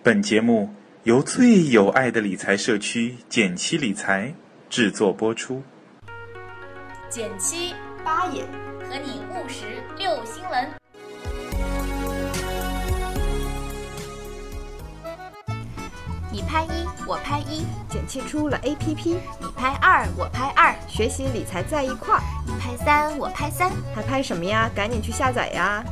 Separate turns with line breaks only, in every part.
本节目由最有爱的理财社区减七理财制作播出。
减七
八也
和你务实六新闻。你拍一，我拍一，
减七出了 APP，
你拍二，我拍二，
学习理财在一块儿。
你拍三，我拍三，
还拍什么呀？赶紧去下载呀！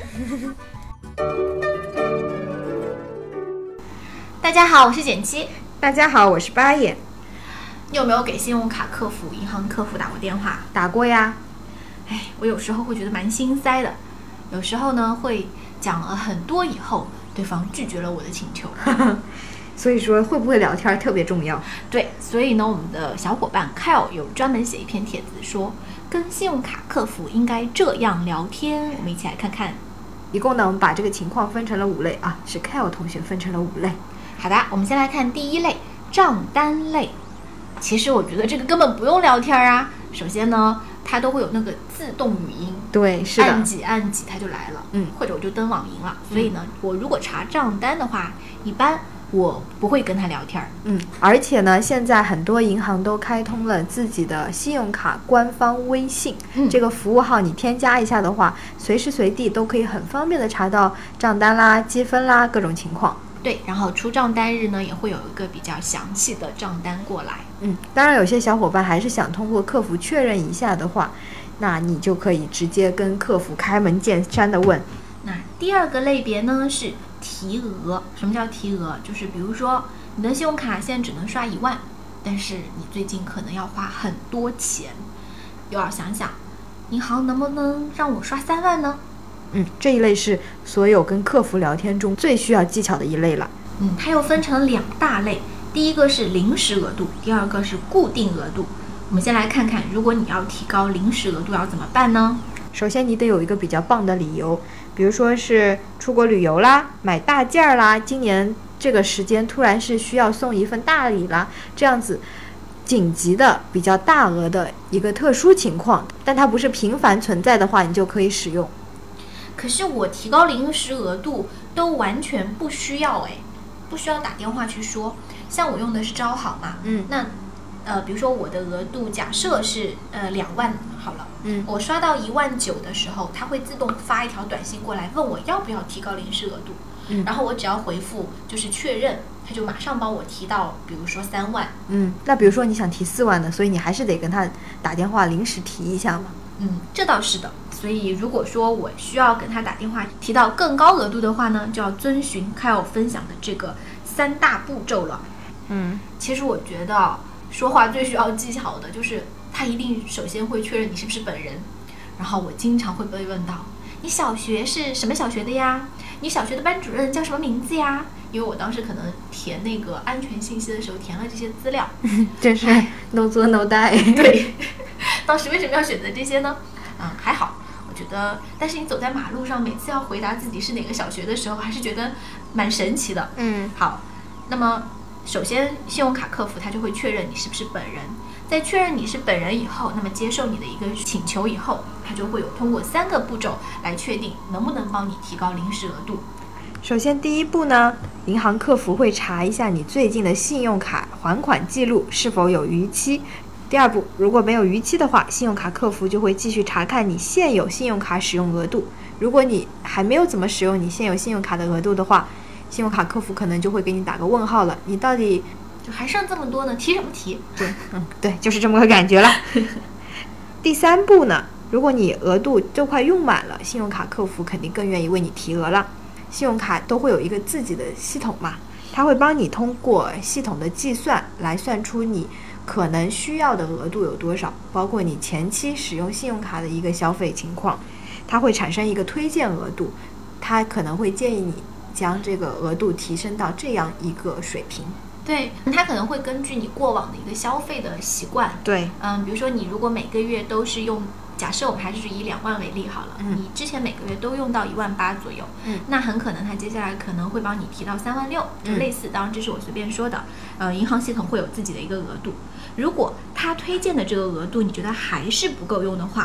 大家好，我是减七。
大家好，我是八也。
你有没有给信用卡客服、银行客服打过电话？
打过呀。
我有时候会觉得蛮心塞的，有时候呢会讲了很多以后，对方拒绝了我的请求。
所以说会不会聊天特别重要。
对，所以呢我们的小伙伴 Kyle 有专门写一篇帖子说跟信用卡客服应该这样聊天，我们一起来看看。
一共呢我们把这个情况分成了5类啊，是 Kyle 同学分成了5类。
好的，我们先来看第一类，账单类。其实我觉得这个根本不用聊天啊，首先呢它都会有那个自动语音，
对，是的，
按几按几它就来了，或者我就登网银了，所以呢我如果查账单的话，一般我不会跟他聊天。
而且呢现在很多银行都开通了自己的信用卡官方微信，这个服务号你添加一下的话，随时随地都可以很方便的查到账单啦、积分啦各种情况。
对，然后出账单日呢也会有一个比较详细的账单过来。
当然有些小伙伴还是想通过客服确认一下的话，那你就可以直接跟客服开门见山的问。
那第二个类别呢是提额。什么叫提额？就是比如说你的信用卡现在只能刷1万，但是你最近可能要花很多钱，又要想想银行能不能让我刷3万呢？
这一类是所有跟客服聊天中最需要技巧的一类了。
它又分成了2大类，第一个是临时额度，第二个是固定额度。我们先来看看，如果你要提高临时额度要怎么办呢？
首先你得有一个比较棒的理由，比如说是出国旅游啦、买大件啦，今年这个时间突然是需要送一份大礼啦，这样子紧急的比较大额的一个特殊情况，但它不是频繁存在的话，你就可以使用。
可是我提高临时额度都完全不需要不需要打电话去说。像我用的是招好嘛，那比如说我的额度假设是2万好了，我刷到1万9的时候，它会自动发一条短信过来问我要不要提高临时额度，然后我只要回复就是确认，它就马上帮我提到比如说3万。
那比如说你想提4万的，所以你还是得跟他打电话临时提一下嘛。
这倒是的。所以如果说我需要跟他打电话提到更高额度的话呢，就要遵循Kyle分享的这个3大步骤了。其实我觉得说话最需要技巧的就是他一定首先会确认你是不是本人。然后我经常会被问到，你小学是什么小学的呀？你小学的班主任叫什么名字呀？因为我当时可能填那个安全信息的时候填了这些资料，
真是 no 作 no die。
对，当时为什么要选择这些呢？还好我觉得，但是你走在马路上每次要回答自己是哪个小学的时候，还是觉得蛮神奇的。好，那么首先信用卡客服他就会确认你是不是本人，在确认你是本人以后，那么接受你的一个请求以后，他就会有通过3个步骤来确定能不能帮你提高临时额度。
首先第一步呢，银行客服会查一下你最近的信用卡还款记录是否有逾期。第二步，如果没有逾期的话，信用卡客服就会继续查看你现有信用卡使用额度。如果你还没有怎么使用你现有信用卡的额度的话，信用卡客服可能就会给你打个问号了，你到底
就还剩这么多呢，提什么提？
对，就是这么个感觉了。第3步呢，如果你额度都快用满了，信用卡客服肯定更愿意为你提额了。信用卡都会有一个自己的系统嘛，它会帮你通过系统的计算来算出你可能需要的额度有多少，包括你前期使用信用卡的一个消费情况，它会产生一个推荐额度，它可能会建议你将这个额度提升到这样一个水平。
对，它可能会根据你过往的一个消费的习惯，
对，
比如说你如果每个月都是用，假设我们还是以2万为例好了，你之前每个月都用到1万8左右，那很可能它接下来可能会帮你提到3万6，就类似，当然这是我随便说的，银行系统会有自己的一个额度。如果他推荐的这个额度你觉得还是不够用的话，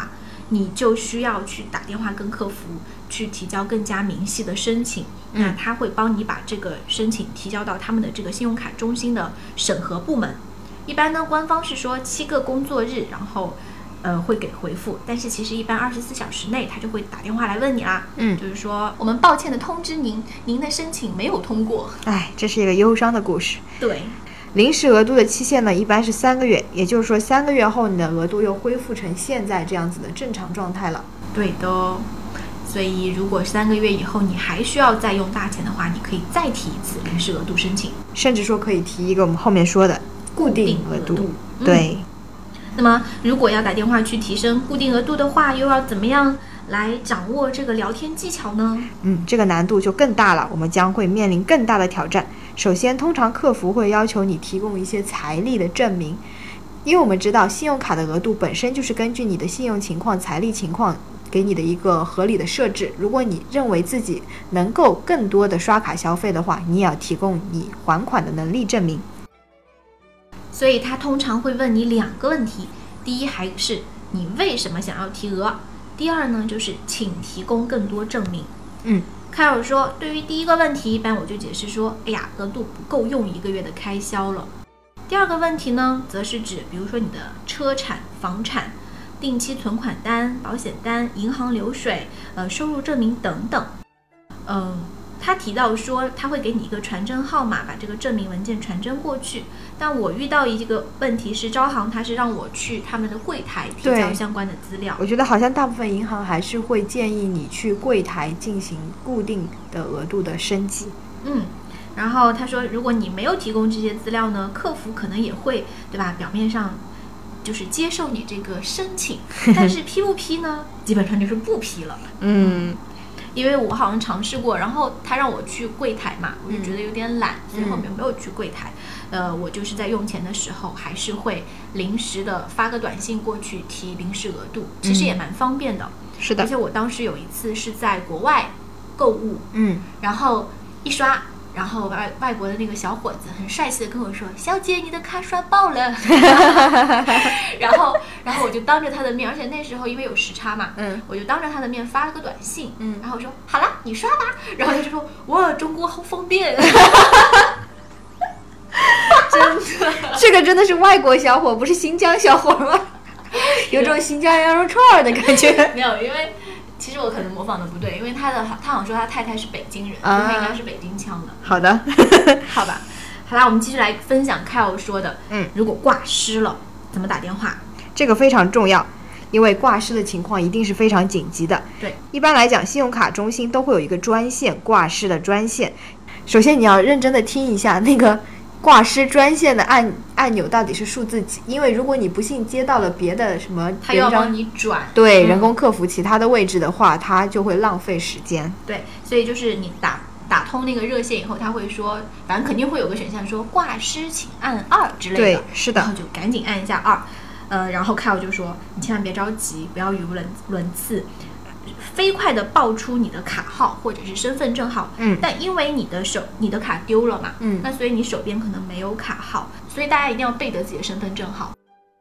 你就需要去打电话跟客服去提交更加明细的申请。那他会帮你把这个申请提交到他们的这个信用卡中心的审核部门。一般呢，官方是说7个工作日，然后会给回复，但是其实一般24小时内他就会打电话来问你啦。就是说我们抱歉的通知您，您的申请没有通过。
哎，这是一个忧伤的故事。
对，
临时额度的期限呢，一般是3个月，也就是说3个月后你的额度又恢复成现在这样子的正常状态了。
对的。所以如果3个月以后你还需要再用大钱的话，你可以再提一次临时额度申请，
甚至说可以提一个我们后面说的固定额度。对。
那么如果要打电话去提升固定额度的话，又要怎么样来掌握这个聊天技巧呢？
这个难度就更大了，我们将会面临更大的挑战。首先，通常客服会要求你提供一些财力的证明，因为我们知道信用卡的额度本身就是根据你的信用情况、财力情况给你的一个合理的设置。如果你认为自己能够更多的刷卡消费的话，你也要提供你还款的能力证明。
所以他通常会问你2个问题，第一还是你为什么想要提额，第二呢就是请提供更多证明。凯尔说，对于第一个问题，一般我就解释说，哎呀，额度不够用1个月的开销了。第二个问题呢，则是指比如说你的车产、房产、定期存款单、保险单、银行流水、收入证明等等。他提到说他会给你一个传真号码，把这个证明文件传真过去。但我遇到一个问题是，招行他是让我去他们的柜台提交相关的资料。
我觉得好像大部分银行还是会建议你去柜台进行固定的额度的升级。
然后他说，如果你没有提供这些资料呢，客服可能也会，对吧？表面上就是接受你这个申请，但是批不批呢？基本上就是不批了。因为我好像尝试过，然后他让我去柜台嘛，我就觉得有点懒，所以后面没有去柜台。我就是在用钱的时候，还是会临时的发个短信过去提临时额度，其实也蛮方便的。
是的。
而且我当时有一次是在国外购物，然后一刷，然后外国的那个小伙子很帅气的跟我说：“小姐，你的卡刷爆了。”然后我就当着他的面，而且那时候因为有时差嘛，我就当着他的面发了个短信，然后我说：“好啦，你刷吧。”然后他就说：“哇，中国好方便。”真的，
这个真的是外国小伙，不是新疆小伙吗？有种新疆羊肉串的感觉。
没有，因为其实我可能模仿的不对，因为他好像说他太太是北京人，他应该是北京腔的。
好的。
好吧，好啦，我们继续来分享 Kyle 说的，如果挂失了怎么打电话？
这个非常重要，因为挂失的情况一定是非常紧急的。
对，
一般来讲，信用卡中心都会有一个专线，挂失的专线。首先你要认真的听一下那个挂失专线的按钮到底是数字几，因为如果你不幸接到了别的什么，
他要帮你转，
对，人工客服其他的位置的话，他就会浪费时间。
对，所以就是你打通那个热线以后，他会说，反正肯定会有个选项说挂失请按2之类的。
对，是的。
然后就赶紧按一下2。然后 Kyle 就说，你千万别着急，不要语无伦次，飞快的报出你的卡号或者是身份证号。但因为你的卡丢了嘛，那所以你手边可能没有卡号，所以大家一定要背得自己的身份证号。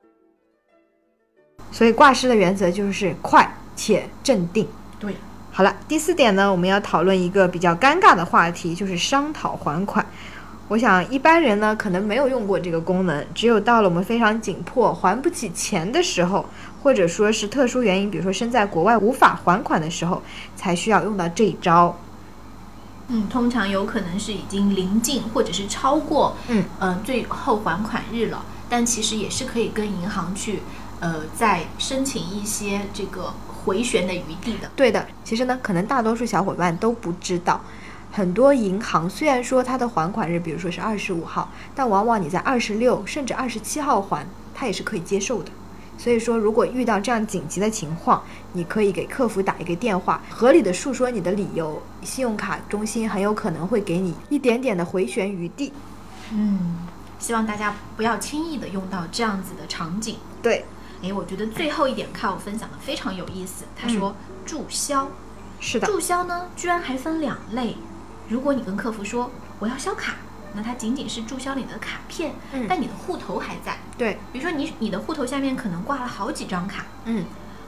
所以挂失的原则就是快且镇定。
对。
好了，第4点呢，我们要讨论一个比较尴尬的话题，就是商讨还款。我想一般人呢可能没有用过这个功能，只有到了我们非常紧迫还不起钱的时候，或者说是特殊原因，比如说身在国外无法还款的时候，才需要用到这一招。
通常有可能是已经临近或者是超过最后还款日了，但其实也是可以跟银行去再申请一些这个回旋的余地的。
对的，其实呢可能大多数小伙伴都不知道，很多银行虽然说它的还款日比如说是25号，但往往你在26甚至27号还，它也是可以接受的。所以说如果遇到这样紧急的情况，你可以给客服打一个电话，合理的述说你的理由，信用卡中心很有可能会给你一点点的回旋余地。
希望大家不要轻易的用到这样子的场景。
对。
我觉得最后一点看我分享的非常有意思，他说注销。
是的。
注销呢居然还分2类，如果你跟客服说我要销卡，那它仅仅是注销你的卡片，但你的户头还在。
对，
比如说你的户头下面可能挂了好几张卡，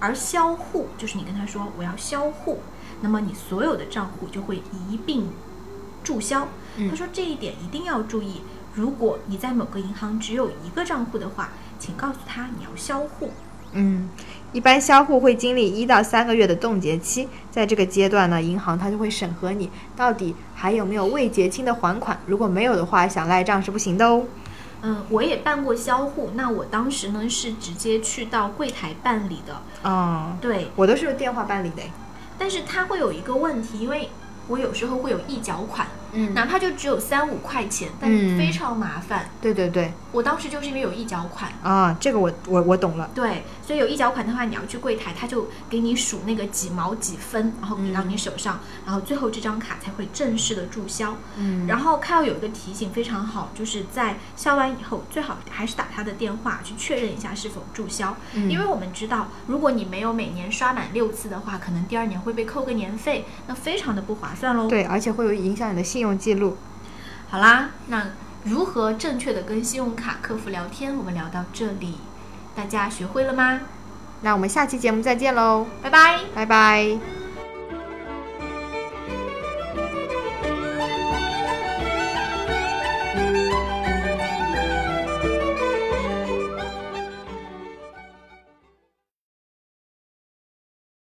而销户就是你跟他说我要销户，那么你所有的账户就会一并注销。他说这一点一定要注意，如果你在某个银行只有一个账户的话，请告诉他你要销户。
一般销户会经历1到3个月的冻结期，在这个阶段呢，银行它就会审核你到底还有没有未结清的还款，如果没有的话，想赖账是不行的哦。
我也办过销户，那我当时呢是直接去到柜台办理的。对，
我都是用电话办理的。
但是它会有一个问题，因为我有时候会有溢缴款，哪怕就只有3-5块钱，但非常麻烦。
对，
我当时就是因为有溢缴款
这个我懂了。
对，所以有溢缴款的话，你要去柜台，他就给你数那个几毛几分，然后给到你手上，然后最后这张卡才会正式的注销。然后Kyle有一个提醒非常好，就是在销完以后，最好还是打他的电话去确认一下是否注销，因为我们知道，如果你没有每年刷满6次的话，可能第2年会被扣个年费，那非常的不划算喽。
对，而且会有影响你的信用记录。
好啦，那如何正确的跟信用卡客服聊天，我们聊到这里，大家学会了吗？
那我们下期节目再见喽，
拜拜，
拜拜。